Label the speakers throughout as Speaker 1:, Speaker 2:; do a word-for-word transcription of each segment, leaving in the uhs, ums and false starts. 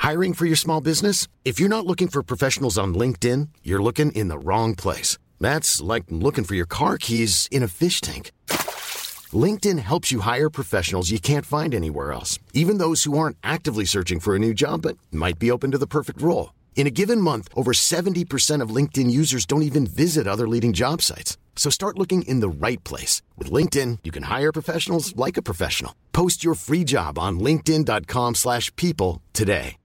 Speaker 1: Hiring for your small business? If you're not looking for professionals on LinkedIn, you're looking in the wrong place. That's like looking for your car keys in a fish tank. LinkedIn helps you hire professionals you can't find anywhere else, even those who aren't actively searching for a new job but might be open to the perfect role. In a given month, over seventy percent of LinkedIn users don't even visit other leading job sites. So start looking in the right place. With LinkedIn, you can hire professionals like a professional. Post your free job on linkedin dot com slash people today.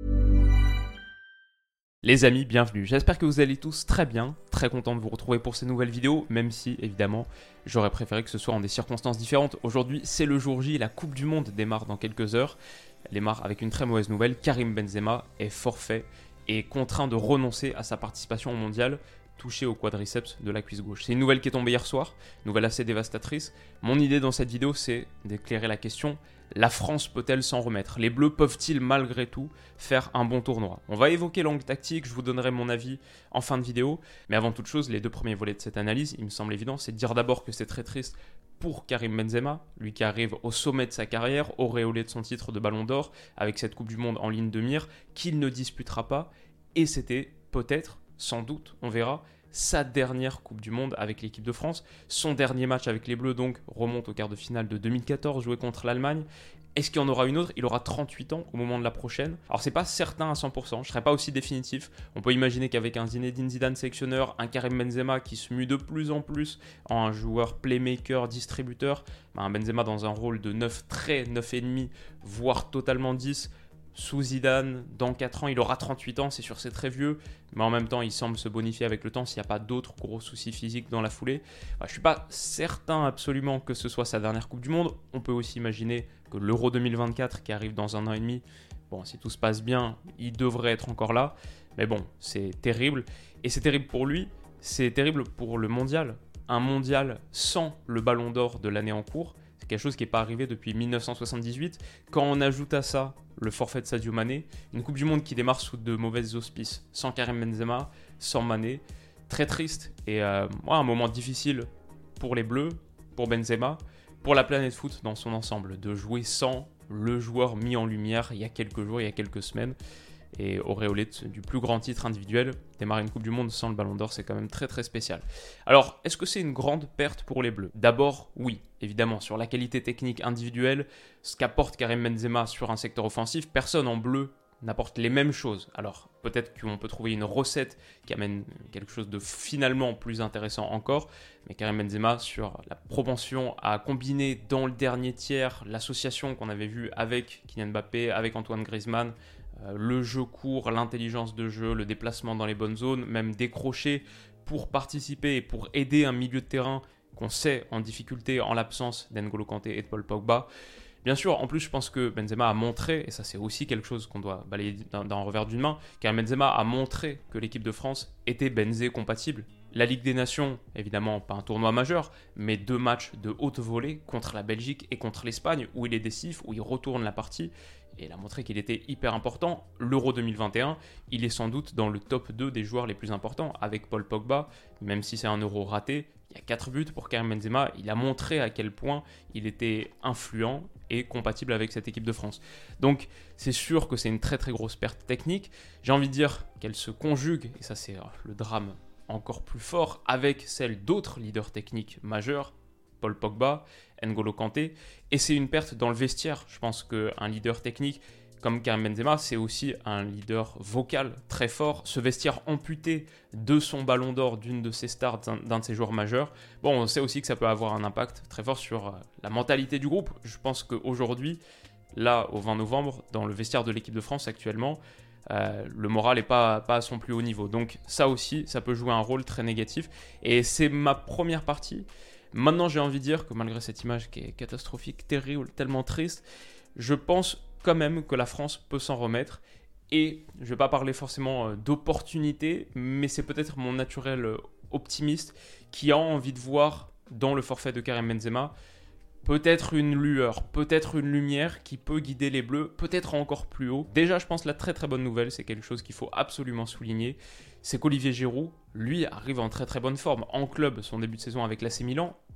Speaker 2: Les amis, bienvenue. J'espère que vous allez tous très bien, très content de vous retrouver pour ces nouvelles vidéos, même si, évidemment, j'aurais préféré que ce soit en des circonstances différentes. Aujourd'hui, c'est le jour J, la Coupe du Monde démarre dans quelques heures. Elle démarre avec une très mauvaise nouvelle, Karim Benzema est forfait et contraint de renoncer à sa participation au mondial, touché au quadriceps de la cuisse gauche. C'est une nouvelle qui est tombée hier soir, nouvelle assez dévastatrice. Mon idée dans cette vidéo, c'est d'éclairer la question: la France peut-elle s'en remettre? Les Bleus peuvent-ils malgré tout faire un bon tournoi? On va évoquer l'angle tactique, je vous donnerai mon avis en fin de vidéo. Mais avant toute chose, les deux premiers volets de cette analyse, il me semble évident, c'est de dire d'abord que c'est très triste pour Karim Benzema, lui qui arrive au sommet de sa carrière, auréolé de son titre de Ballon d'Or, avec cette Coupe du Monde en ligne de mire, qu'il ne disputera pas. Et c'était peut-être, sans doute, on verra, sa dernière Coupe du Monde avec l'équipe de France. Son dernier match avec les Bleus, donc, remonte au quart de finale de deux mille quatorze, joué contre l'Allemagne. Est-ce qu'il y en aura une autre? Il aura trente-huit ans au moment de la prochaine. Alors, c'est pas certain à cent pour cent, je ne serai pas aussi définitif. On peut imaginer qu'avec un Zinedine Zidane sélectionneur, un Karim Benzema qui se mue de plus en plus en un joueur playmaker, distributeur, un Benzema dans un rôle de neuf, très neuf virgule cinq, voire totalement dix, sous Zidane, dans quatre ans, il aura trente-huit ans, c'est sûr, c'est très vieux, mais en même temps, il semble se bonifier avec le temps s'il n'y a pas d'autres gros soucis physiques dans la foulée. Je ne suis pas certain absolument que ce soit sa dernière Coupe du Monde. On peut aussi imaginer que l'Euro deux mille vingt-quatre, qui arrive dans un an et demi, bon, si tout se passe bien, il devrait être encore là. Mais bon, c'est terrible. Et c'est terrible pour lui, c'est terrible pour le mondial. Un mondial sans le Ballon d'Or de l'année en cours, c'est quelque chose qui n'est pas arrivé depuis mille neuf cent soixante-dix-huit. Quand on ajoute à ça le forfait de Sadio Mané, une Coupe du Monde qui démarre sous de mauvaises auspices, sans Karim Benzema, sans Mané, très triste et euh, ouais, un moment difficile pour les Bleus, pour Benzema, pour la planète foot dans son ensemble, de jouer sans le joueur mis en lumière il y a quelques jours, il y a quelques semaines. Et auréolé du plus grand titre individuel, démarrer une Coupe du Monde sans le Ballon d'Or, c'est quand même très très spécial. Alors, est-ce que c'est une grande perte pour les Bleus? D'abord, oui, évidemment, sur la qualité technique individuelle, ce qu'apporte Karim Benzema sur un secteur offensif, personne en bleu n'apporte les mêmes choses. Alors, peut-être qu'on peut trouver une recette qui amène quelque chose de finalement plus intéressant encore, mais Karim Benzema, sur la propension à combiner dans le dernier tiers l'association qu'on avait vue avec Kylian Mbappé, avec Antoine Griezmann, Euh, le jeu court, l'intelligence de jeu, le déplacement dans les bonnes zones, même décrocher pour participer et pour aider un milieu de terrain qu'on sait en difficulté en l'absence d'N'Golo Kanté et de Paul Pogba. Bien sûr, en plus, je pense que Benzema a montré, et ça c'est aussi quelque chose qu'on doit balayer d'un, d'un revers d'une main, car Benzema a montré que l'équipe de France était Benzé compatible. La Ligue des Nations, évidemment pas un tournoi majeur, mais deux matchs de haute volée contre la Belgique et contre l'Espagne, où il est décisif, où il retourne la partie, et il a montré qu'il était hyper important. L'Euro deux mille vingt et un, il est sans doute dans le top deux des joueurs les plus importants, avec Paul Pogba, même si c'est un Euro raté. Il y a quatre buts pour Karim Benzema, il a montré à quel point il était influent et compatible avec cette équipe de France. Donc c'est sûr que c'est une très très grosse perte technique. J'ai envie de dire qu'elle se conjugue, et ça c'est le drame encore plus fort, avec celle d'autres leaders techniques majeurs, Paul Pogba, N'Golo Kanté, et c'est une perte dans le vestiaire. Je pense qu'un leader technique comme Karim Benzema, c'est aussi un leader vocal très fort. Ce vestiaire amputé de son Ballon d'Or, d'une de ses stars, d'un, d'un de ses joueurs majeurs, bon, on sait aussi que ça peut avoir un impact très fort sur la mentalité du groupe. Je pense qu'aujourd'hui, là, au vingt novembre, dans le vestiaire de l'équipe de France actuellement, Euh, le moral n'est pas, pas à son plus haut niveau. Donc ça aussi, ça peut jouer un rôle très négatif. Et c'est ma première partie. Maintenant, j'ai envie de dire que malgré cette image qui est catastrophique, terrible, tellement triste, je pense quand même que la France peut s'en remettre. Et je ne vais pas parler forcément d'opportunité, mais c'est peut-être mon naturel optimiste qui a envie de voir dans le forfait de Karim Benzema peut-être une lueur, peut-être une lumière qui peut guider les Bleus, peut-être encore plus haut. Déjà, je pense que la très très bonne nouvelle, c'est quelque chose qu'il faut absolument souligner, c'est qu'Olivier Giroud, lui, arrive en très très bonne forme. En club, son début de saison avec l'A C Milan,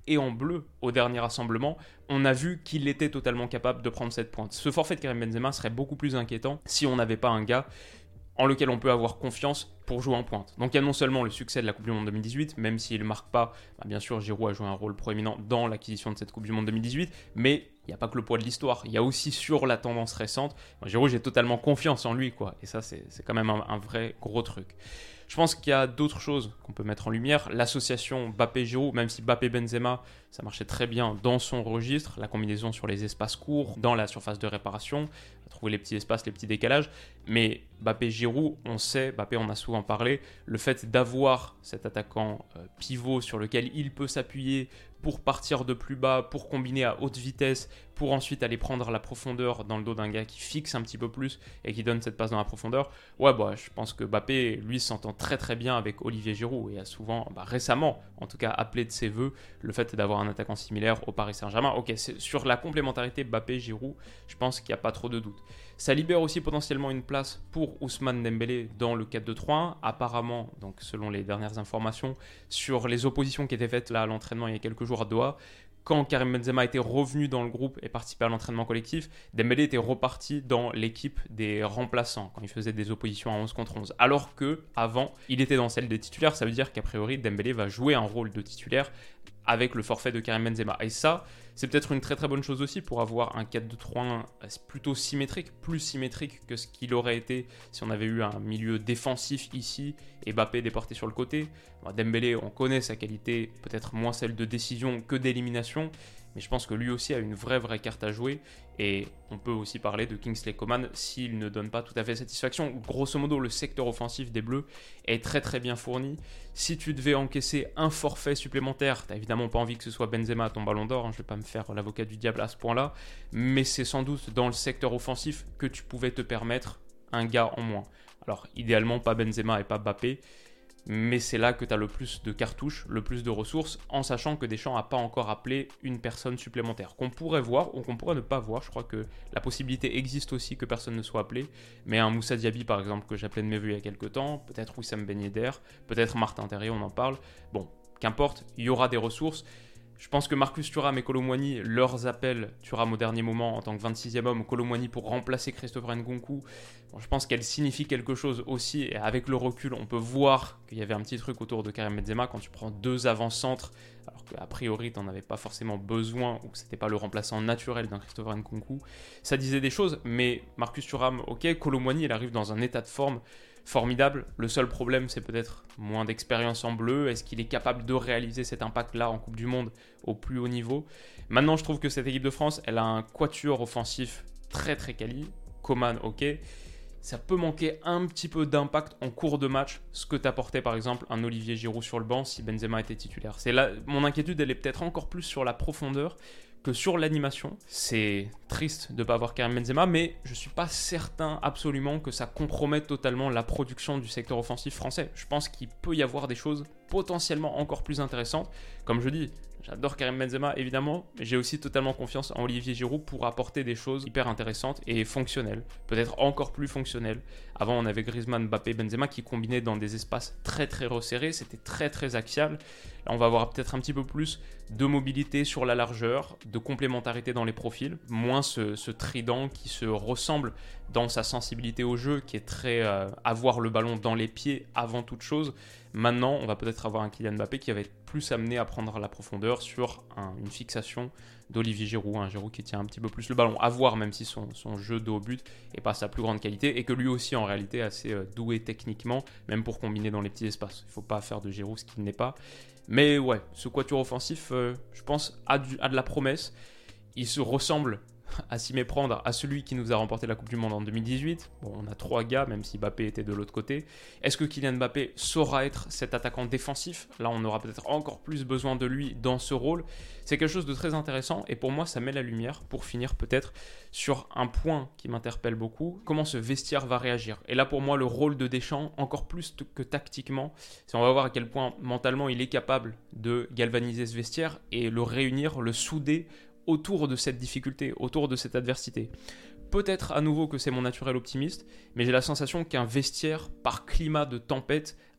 Speaker 2: et en bleu au dernier rassemblement, on a vu qu'il était totalement capable de prendre cette pointe. Ce forfait de Karim Benzema serait beaucoup plus inquiétant si on n'avait pas un gars en lequel on peut avoir confiance pour jouer en pointe. Donc il y a non seulement le succès de la Coupe du Monde deux mille dix-huit, même s'il ne marque pas, bah bien sûr Giroud a joué un rôle proéminent dans l'acquisition de cette Coupe du Monde deux mille dix-huit, mais il n'y a pas que le poids de l'histoire, il y a aussi sur la tendance récente. Moi, Giroud, j'ai totalement confiance en lui, quoi. Et ça c'est, c'est quand même un, un vrai gros truc. Je pense qu'il y a d'autres choses qu'on peut mettre en lumière. L'association Mbappé-Giroud, même si Mbappé-Benzema, ça marchait très bien dans son registre, la combinaison sur les espaces courts, dans la surface de réparation, trouver les petits espaces, les petits décalages. Mais Mbappé-Giroud, on sait, Mbappé en a souvent parlé, le fait d'avoir cet attaquant euh, pivot sur lequel il peut s'appuyer pour partir de plus bas, pour combiner à haute vitesse, pour ensuite aller prendre la profondeur dans le dos d'un gars qui fixe un petit peu plus et qui donne cette passe dans la profondeur. Ouais, bah, je pense que Mbappé, lui, s'entend très très bien avec Olivier Giroud et a souvent, bah, récemment, en tout cas, appelé de ses voeux le fait d'avoir un attaquant similaire au Paris Saint-Germain. Ok, c'est, sur la complémentarité Mbappé-Giroud, je pense qu'il n'y a pas trop de doute. Ça libère aussi potentiellement une place pour Ousmane Dembélé dans le quatre deux trois un. Apparemment, donc selon les dernières informations, sur les oppositions qui étaient faites là à l'entraînement il y a quelques jours à Doha, quand Karim Benzema était revenu dans le groupe et participé à l'entraînement collectif, Dembélé était reparti dans l'équipe des remplaçants quand il faisait des oppositions à onze contre onze. Alors qu'avant, il était dans celle des titulaires. Ça veut dire qu'a priori, Dembélé va jouer un rôle de titulaire avec le forfait de Karim Benzema. Et ça, c'est peut-être une très très bonne chose aussi pour avoir un quatre deux trois un plutôt symétrique, plus symétrique que ce qu'il aurait été si on avait eu un milieu défensif ici et Mbappé déporté sur le côté. Dembélé, on connaît sa qualité, peut-être moins celle de décision que d'élimination, mais je pense que lui aussi a une vraie vraie carte à jouer et on peut aussi parler de Kingsley Coman s'il ne donne pas tout à fait satisfaction. Grosso modo, le secteur offensif des Bleus est très très bien fourni. Si tu devais encaisser un forfait supplémentaire, t'as évidemment pas envie que ce soit Benzema à ton ballon d'or, hein, je vais pas me faire l'avocat du diable à ce point-là, mais c'est sans doute dans le secteur offensif que tu pouvais te permettre un gars en moins. Alors idéalement pas Benzema et pas Mbappé, mais c'est là que tu as le plus de cartouches, le plus de ressources, en sachant que Deschamps n'a pas encore appelé une personne supplémentaire, qu'on pourrait voir ou qu'on pourrait ne pas voir. Je crois que la possibilité existe aussi que personne ne soit appelé, mais un Moussa Diaby par exemple que j'appelais de mes voeux il y a quelques temps, peut-être Wissam Ben Yedder, peut-être Martin Terrier, on en parle. Bon, qu'importe, il y aura des ressources. Je pense que Marcus Thuram et Kolo Muani, leurs appels, Thuram au dernier moment en tant que vingt-sixième homme, Kolo Muani pour remplacer Christopher Nkunku, bon, je pense qu'elle signifie quelque chose aussi. Et avec le recul, on peut voir qu'il y avait un petit truc autour de Karim Benzema quand tu prends deux avant-centres, alors qu'a priori, tu n'en avais pas forcément besoin ou que ce n'était pas le remplaçant naturel d'un Christopher Nkunku. Ça disait des choses, mais Marcus Thuram, ok, Kolo Muani, il arrive dans un état de forme formidable. Le seul problème, c'est peut-être moins d'expérience en bleu. Est-ce qu'il est capable de réaliser cet impact-là en Coupe du Monde au plus haut niveau? Maintenant, je trouve que cette équipe de France, elle a un quatuor offensif très très quali. Coman, ok. Ça peut manquer un petit peu d'impact en cours de match, ce que t'apportait par exemple un Olivier Giroud sur le banc si Benzema était titulaire. C'est là, mon inquiétude, elle est peut-être encore plus sur la profondeur que sur l'animation. C'est triste de ne pas avoir Karim Benzema, mais je ne suis pas certain absolument que ça compromette totalement la production du secteur offensif français. Je pense qu'il peut y avoir des choses potentiellement encore plus intéressantes. Comme je dis, j'adore Karim Benzema évidemment, mais j'ai aussi totalement confiance en Olivier Giroud pour apporter des choses hyper intéressantes et fonctionnelles, peut-être encore plus fonctionnelles. Avant, on avait Griezmann, Mbappé, Benzema qui combinaient dans des espaces très très resserrés, c'était très très axial. Là, on va avoir peut-être un petit peu plus de mobilité sur la largeur, de complémentarité dans les profils, moins ce, ce trident qui se ressemble dans sa sensibilité au jeu, qui est très euh, avoir le ballon dans les pieds avant toute chose. Maintenant, on va peut-être avoir un Kylian Mbappé qui va être plus amené à prendre la profondeur sur un, une fixation d'Olivier Giroud, un Giroud qui tient un petit peu plus le ballon, à voir même si son, son jeu de haut but n'est pas sa plus grande qualité et que lui aussi en réalité est assez euh, doué techniquement, même pour combiner dans les petits espaces. Il ne faut pas faire de Giroud ce qu'il n'est pas. Mais ouais, ce quatuor offensif, euh, je pense, a, du, a de la promesse. Il se ressemble à s'y méprendre à celui qui nous a remporté la Coupe du Monde en deux mille dix-huit. Bon, on a trois gars, même si Mbappé était de l'autre côté. Est-ce que Kylian Mbappé saura être cet attaquant défensif? Là, on aura peut-être encore plus besoin de lui dans ce rôle. C'est quelque chose de très intéressant et pour moi, ça met la lumière pour finir peut-être sur un point qui m'interpelle beaucoup. Comment ce vestiaire va réagir? Et là, pour moi, le rôle de Deschamps, encore plus que tactiquement, c'est on va voir à quel point mentalement il est capable de galvaniser ce vestiaire et le réunir, le souder autour de cette difficulté, autour de cette adversité. Peut-être à nouveau que c'est mon naturel optimiste, mais j'ai la sensation qu'un vestiaire, par climat de tempête,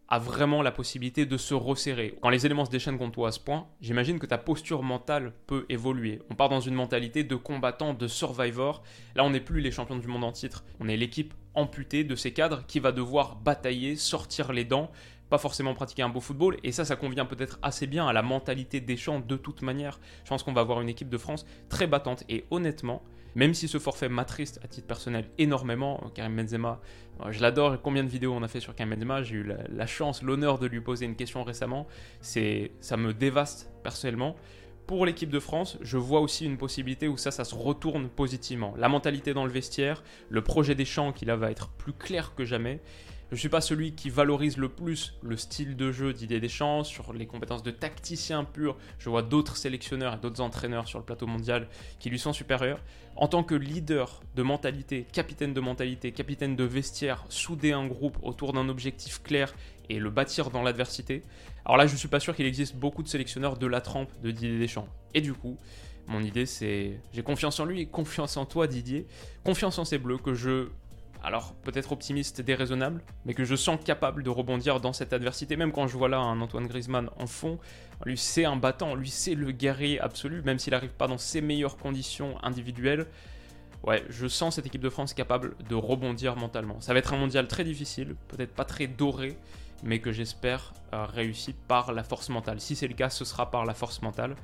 Speaker 2: a vraiment la possibilité de se resserrer. Quand les éléments se déchaînent contre toi à ce point, j'imagine que ta posture mentale peut évoluer. On part dans une mentalité de combattant, de survivor. Là, on n'est plus les champions du monde en titre. On est l'équipe amputée de ces cadres qui va devoir batailler, sortir les dents, pas forcément pratiquer un beau football. Et ça, ça convient peut-être assez bien à la mentalité des Deschamps de toute manière. Je pense qu'on va avoir une équipe de France très battante. Et honnêtement, même si ce forfait m'attriste à titre personnel énormément, Karim Benzema, je l'adore. Combien de vidéos on a fait sur Karim Benzema? J'ai eu la, la chance, l'honneur de lui poser une question récemment. C'est, ça me dévaste personnellement. Pour l'équipe de France, je vois aussi une possibilité où ça, ça se retourne positivement. La mentalité dans le vestiaire, le projet des Deschamps qui là va être plus clair que jamais. Je ne suis pas celui qui valorise le plus le style de jeu d'Didier Deschamps, sur les compétences de tacticien pur. Je vois d'autres sélectionneurs et d'autres entraîneurs sur le plateau mondial qui lui sont supérieurs. En tant que leader de mentalité, capitaine de mentalité, capitaine de vestiaire, souder un groupe autour d'un objectif clair et le bâtir dans l'adversité. Alors là, je ne suis pas sûr qu'il existe beaucoup de sélectionneurs de la trempe de Didier Deschamps. Et du coup, mon idée c'est, j'ai confiance en lui et confiance en toi Didier, confiance en ces Bleus que je... Alors, peut-être optimiste, déraisonnable, mais que je sens capable de rebondir dans cette adversité. Même quand je vois là un Antoine Griezmann en fond, lui c'est un battant, lui c'est le guerrier absolu, même s'il n'arrive pas dans ses meilleures conditions individuelles. Ouais, je sens cette équipe de France capable de rebondir mentalement. Ça va être un mondial très difficile, peut-être pas très doré, mais que j'espère euh, réussi par la force mentale. Si c'est le cas, ce sera par la force mentale.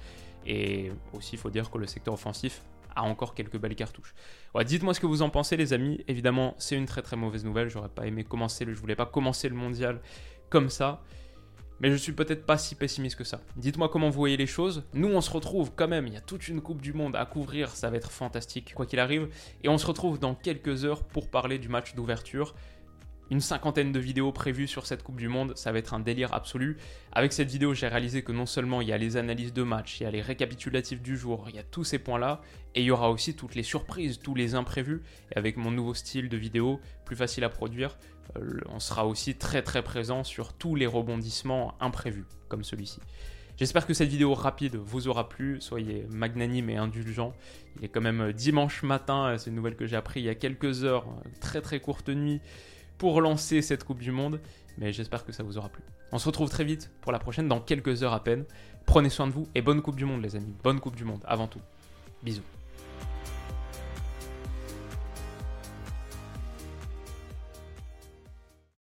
Speaker 2: Et aussi, il faut dire que le secteur offensif a encore quelques belles cartouches. Ouais, dites-moi ce que vous en pensez les amis. Évidemment, c'est une très très mauvaise nouvelle. J'aurais pas aimé commencer le... Je voulais pas commencer le mondial comme ça. Mais je suis peut-être pas si pessimiste que ça. Dites-moi comment vous voyez les choses. Nous, on se retrouve quand même. Il y a toute une Coupe du Monde à couvrir. Ça va être fantastique, quoi qu'il arrive. Et on se retrouve dans quelques heures pour parler du match d'ouverture. Une cinquantaine de vidéos prévues sur cette Coupe du Monde, ça va être un délire absolu. Avec cette vidéo, j'ai réalisé que non seulement il y a les analyses de match, il y a les récapitulatifs du jour, il y a tous ces points-là, et il y aura aussi toutes les surprises, tous les imprévus. Et avec mon nouveau style de vidéo, plus facile à produire, euh, on sera aussi très très présent sur tous les rebondissements imprévus, comme celui-ci. J'espère que cette vidéo rapide vous aura plu, soyez magnanime et indulgent. Il est quand même dimanche matin, c'est une nouvelle que j'ai appris il y a quelques heures, très très courte nuit, pour lancer cette Coupe du Monde, mais j'espère que ça vous aura plu. On se retrouve très vite pour la prochaine, dans quelques heures à peine. Prenez soin de vous et bonne Coupe du Monde les amis, bonne Coupe du Monde avant tout. Bisous.